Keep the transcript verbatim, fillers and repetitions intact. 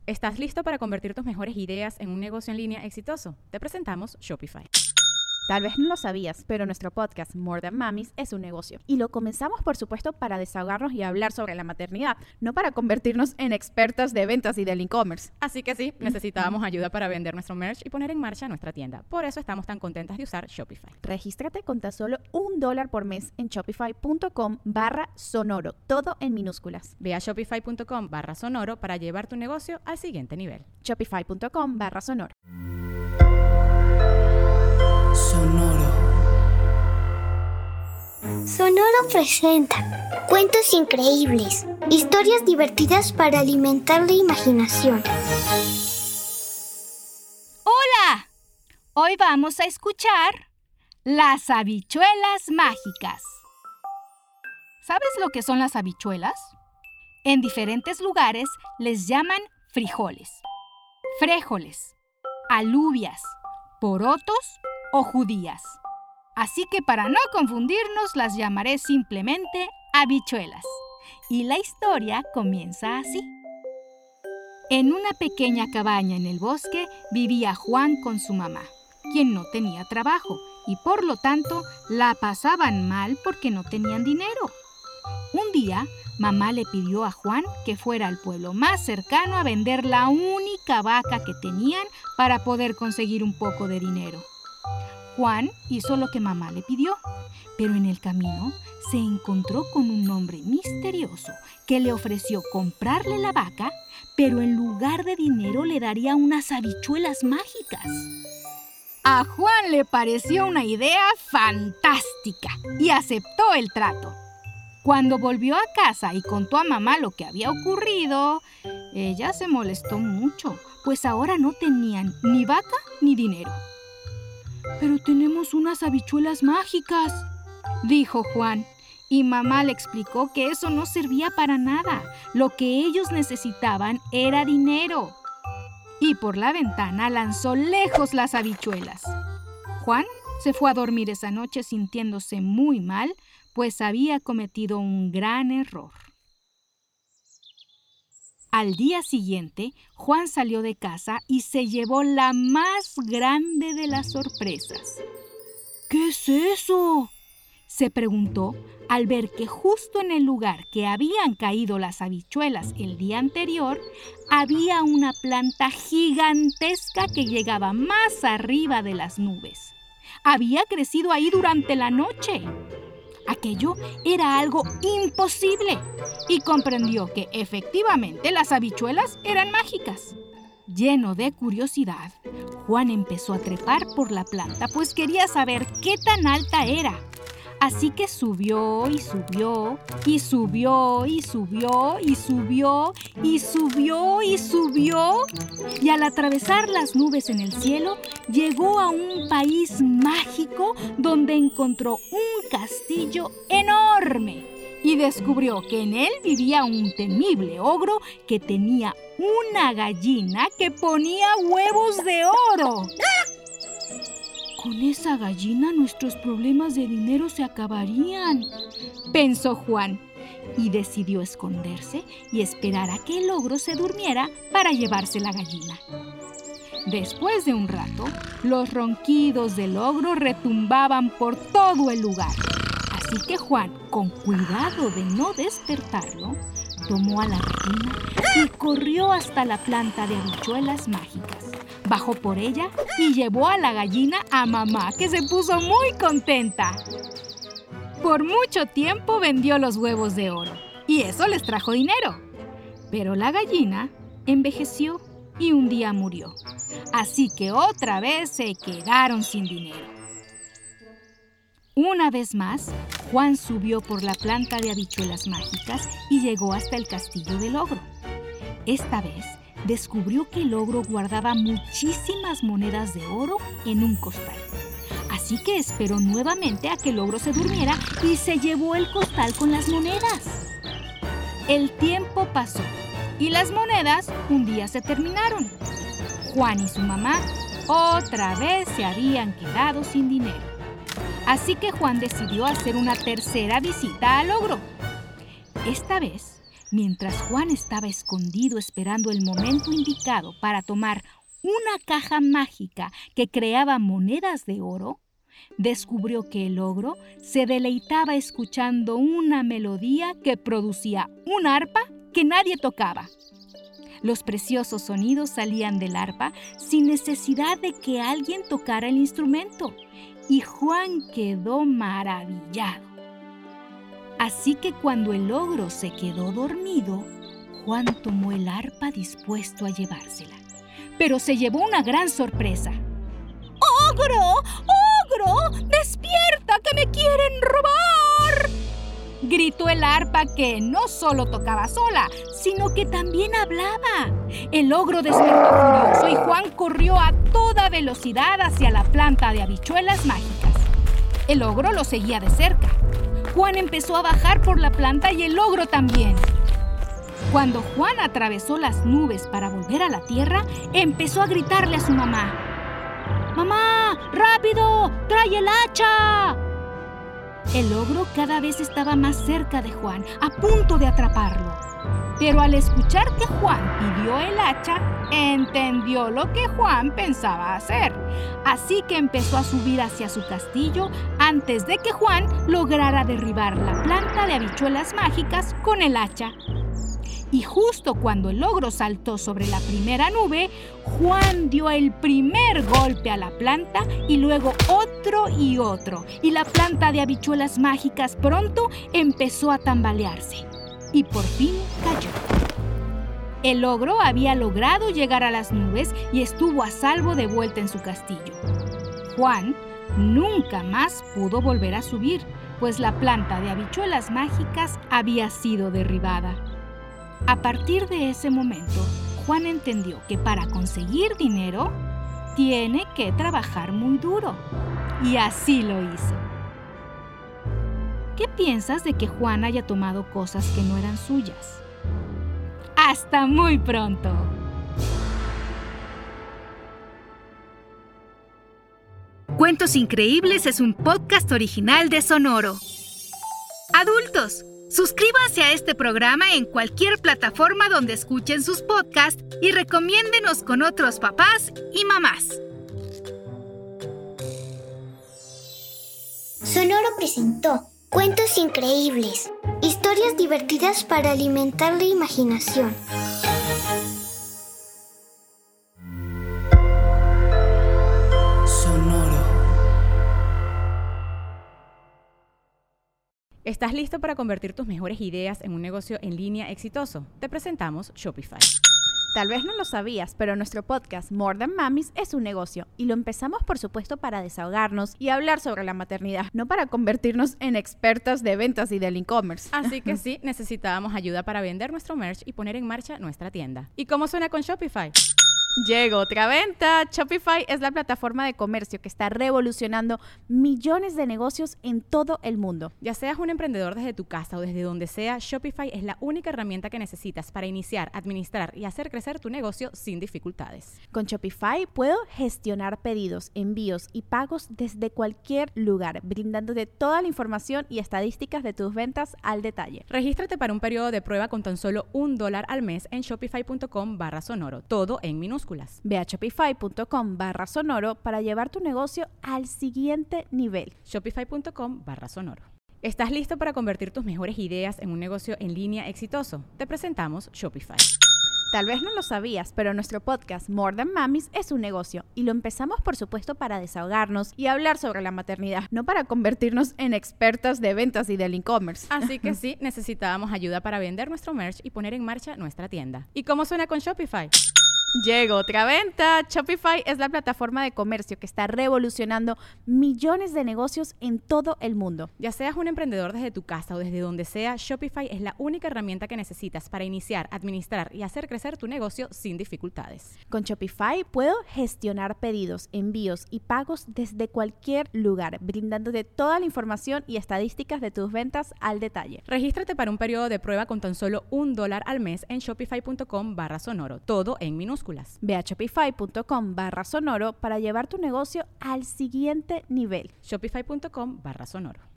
¿Estás listo para convertir tus mejores ideas en un negocio en línea exitoso? Te presentamos Shopify. Tal vez no lo sabías, pero nuestro podcast More Than Mamis es un negocio. Y lo comenzamos, por supuesto, para desahogarnos y hablar sobre la maternidad, no para convertirnos en expertas de ventas y del e-commerce. Así que sí, necesitábamos ayuda para vender nuestro merch y poner en marcha nuestra tienda. Por eso estamos tan contentas de usar Shopify. Regístrate con tan solo un dólar por mes en shopify.com barra sonoro, todo en minúsculas. Ve a shopify.com barra sonoro para llevar tu negocio al siguiente nivel. Shopify.com barra sonoro. Sonoro. Sonoro presenta cuentos increíbles, historias divertidas para alimentar la imaginación. ¡Hola! Hoy vamos a escuchar Las habichuelas mágicas. ¿Sabes lo que son las habichuelas? En diferentes lugares les llaman frijoles, fréjoles, alubias, porotos o judías. Así que para no confundirnos las llamaré simplemente habichuelas. Y la historia comienza así. En una pequeña cabaña en el bosque vivía Juan con su mamá, quien no tenía trabajo y por lo tanto la pasaban mal porque no tenían dinero. Un día, mamá le pidió a Juan que fuera al pueblo más cercano a vender la única vaca que tenían para poder conseguir un poco de dinero. Juan hizo lo que mamá le pidió, pero en el camino se encontró con un hombre misterioso que le ofreció comprarle la vaca, pero en lugar de dinero le daría unas habichuelas mágicas. A Juan le pareció una idea fantástica y aceptó el trato. Cuando volvió a casa y contó a mamá lo que había ocurrido, ella se molestó mucho, pues ahora no tenían ni vaca ni dinero. «Pero tenemos unas habichuelas mágicas», dijo Juan, y mamá le explicó que eso no servía para nada. Lo que ellos necesitaban era dinero. Y por la ventana lanzó lejos las habichuelas. Juan se fue a dormir esa noche sintiéndose muy mal, pues había cometido un gran error. Al día siguiente, Juan salió de casa y se llevó la más grande de las sorpresas. «¿Qué es eso?», se preguntó al ver que justo en el lugar que habían caído las habichuelas el día anterior, había una planta gigantesca que llegaba más arriba de las nubes. Había crecido ahí durante la noche. Aquello era algo imposible y comprendió que efectivamente las habichuelas eran mágicas. Lleno de curiosidad, Juan empezó a trepar por la planta, pues quería saber qué tan alta era. Así que subió y subió y subió y subió y subió y subió y subió y al atravesar las nubes en el cielo llegó a un país mágico donde encontró un castillo enorme y descubrió que en él vivía un temible ogro que tenía una gallina que ponía huevos de oro. «Con esa gallina nuestros problemas de dinero se acabarían», pensó Juan, y decidió esconderse y esperar a que el ogro se durmiera para llevarse la gallina. Después de un rato, los ronquidos del ogro retumbaban por todo el lugar. Así que Juan, con cuidado de no despertarlo, tomó a la gallina y corrió hasta la planta de habichuelas mágicas. Bajó por ella y llevó a la gallina a mamá, que se puso muy contenta. Por mucho tiempo vendió los huevos de oro y eso les trajo dinero. Pero la gallina envejeció y un día murió. Así que otra vez se quedaron sin dinero. Una vez más, Juan subió por la planta de habichuelas mágicas y llegó hasta el castillo del ogro. Esta vez, descubrió que el ogro guardaba muchísimas monedas de oro en un costal. Así que esperó nuevamente a que el ogro se durmiera y se llevó el costal con las monedas. El tiempo pasó y las monedas un día se terminaron. Juan y su mamá otra vez se habían quedado sin dinero. Así que Juan decidió hacer una tercera visita al ogro. Esta vez Mientras Juan estaba escondido esperando el momento indicado para tomar una caja mágica que creaba monedas de oro, descubrió que el ogro se deleitaba escuchando una melodía que producía un arpa que nadie tocaba. Los preciosos sonidos salían del arpa sin necesidad de que alguien tocara el instrumento, y Juan quedó maravillado. Así que cuando el ogro se quedó dormido, Juan tomó el arpa dispuesto a llevársela. Pero se llevó una gran sorpresa. ¡Ogro! ¡Ogro! ¡Despierta, que me quieren robar! Gritó el arpa, que no solo tocaba sola, sino que también hablaba. El ogro despertó furioso y Juan corrió a toda velocidad hacia la planta de habichuelas mágicas. El ogro lo seguía de cerca. Juan empezó a bajar por la planta y el ogro también. Cuando Juan atravesó las nubes para volver a la tierra, empezó a gritarle a su mamá: ¡Mamá, rápido! ¡Trae el hacha! El ogro cada vez estaba más cerca de Juan, a punto de atraparlo. Pero al escuchar que Juan pidió el hacha, entendió lo que Juan pensaba hacer. Así que empezó a subir hacia su castillo antes de que Juan lograra derribar la planta de habichuelas mágicas con el hacha. Y justo cuando el ogro saltó sobre la primera nube, Juan dio el primer golpe a la planta y luego otro y otro. Y la planta de habichuelas mágicas pronto empezó a tambalearse. Y por fin cayó. El ogro había logrado llegar a las nubes y estuvo a salvo de vuelta en su castillo. Juan nunca más pudo volver a subir, pues la planta de habichuelas mágicas había sido derribada. A partir de ese momento, Juan entendió que para conseguir dinero, tiene que trabajar muy duro. Y así lo hizo. ¿Qué piensas de que Juan haya tomado cosas que no eran suyas? ¡Hasta muy pronto! Cuentos Increíbles es un podcast original de Sonoro. Adultos, suscríbanse a este programa en cualquier plataforma donde escuchen sus podcasts y recomiéndenos con otros papás y mamás. Sonoro presentó Cuentos Increíbles, historias divertidas para alimentar la imaginación. Sonoro. ¿Estás listo para convertir tus mejores ideas en un negocio en línea exitoso? Te presentamos Shopify. Tal vez no lo sabías, pero nuestro podcast More Than Mamis es un negocio y lo empezamos por supuesto para desahogarnos y hablar sobre la maternidad, no para convertirnos en expertas de ventas y del e-commerce. Así que sí, necesitábamos ayuda para vender nuestro merch y poner en marcha nuestra tienda. ¿Y cómo suena con Shopify? Llegó otra venta. Shopify es la plataforma de comercio que está revolucionando millones de negocios en todo el mundo. Ya seas un emprendedor desde tu casa o desde donde sea, Shopify es la única herramienta que necesitas para iniciar, administrar y hacer crecer tu negocio sin dificultades. Con Shopify puedo gestionar pedidos, envíos y pagos desde cualquier lugar, brindándote toda la información y estadísticas de tus ventas al detalle. Regístrate para un periodo de prueba con tan solo un dólar al mes en shopify.com barra sonoro, todo en minúsculas. Ve a shopify.com barra sonoro para llevar tu negocio al siguiente nivel. Shopify.com barra sonoro. ¿Estás listo para convertir tus mejores ideas en un negocio en línea exitoso? Te presentamos Shopify. Tal vez no lo sabías, pero nuestro podcast More Than Mamis es un negocio y lo empezamos por supuesto para desahogarnos y hablar sobre la maternidad, no para convertirnos en expertas de ventas y del e-commerce. Así que sí, necesitábamos ayuda para vender nuestro merch y poner en marcha nuestra tienda. ¿Y cómo suena con Shopify? Llegó otra venta. Shopify es la plataforma de comercio que está revolucionando millones de negocios en todo el mundo. Ya seas un emprendedor desde tu casa o desde donde sea, Shopify es la única herramienta que necesitas para iniciar, administrar y hacer crecer tu negocio sin dificultades. Con Shopify puedo gestionar pedidos, envíos y pagos desde cualquier lugar, brindándote toda la información y estadísticas de tus ventas al detalle. Regístrate para un periodo de prueba con tan solo un dólar al mes en shopify.com barra sonoro, todo en minúsculas. Ve a shopify.com barra sonoro para llevar tu negocio al siguiente nivel. Shopify.com barra sonoro.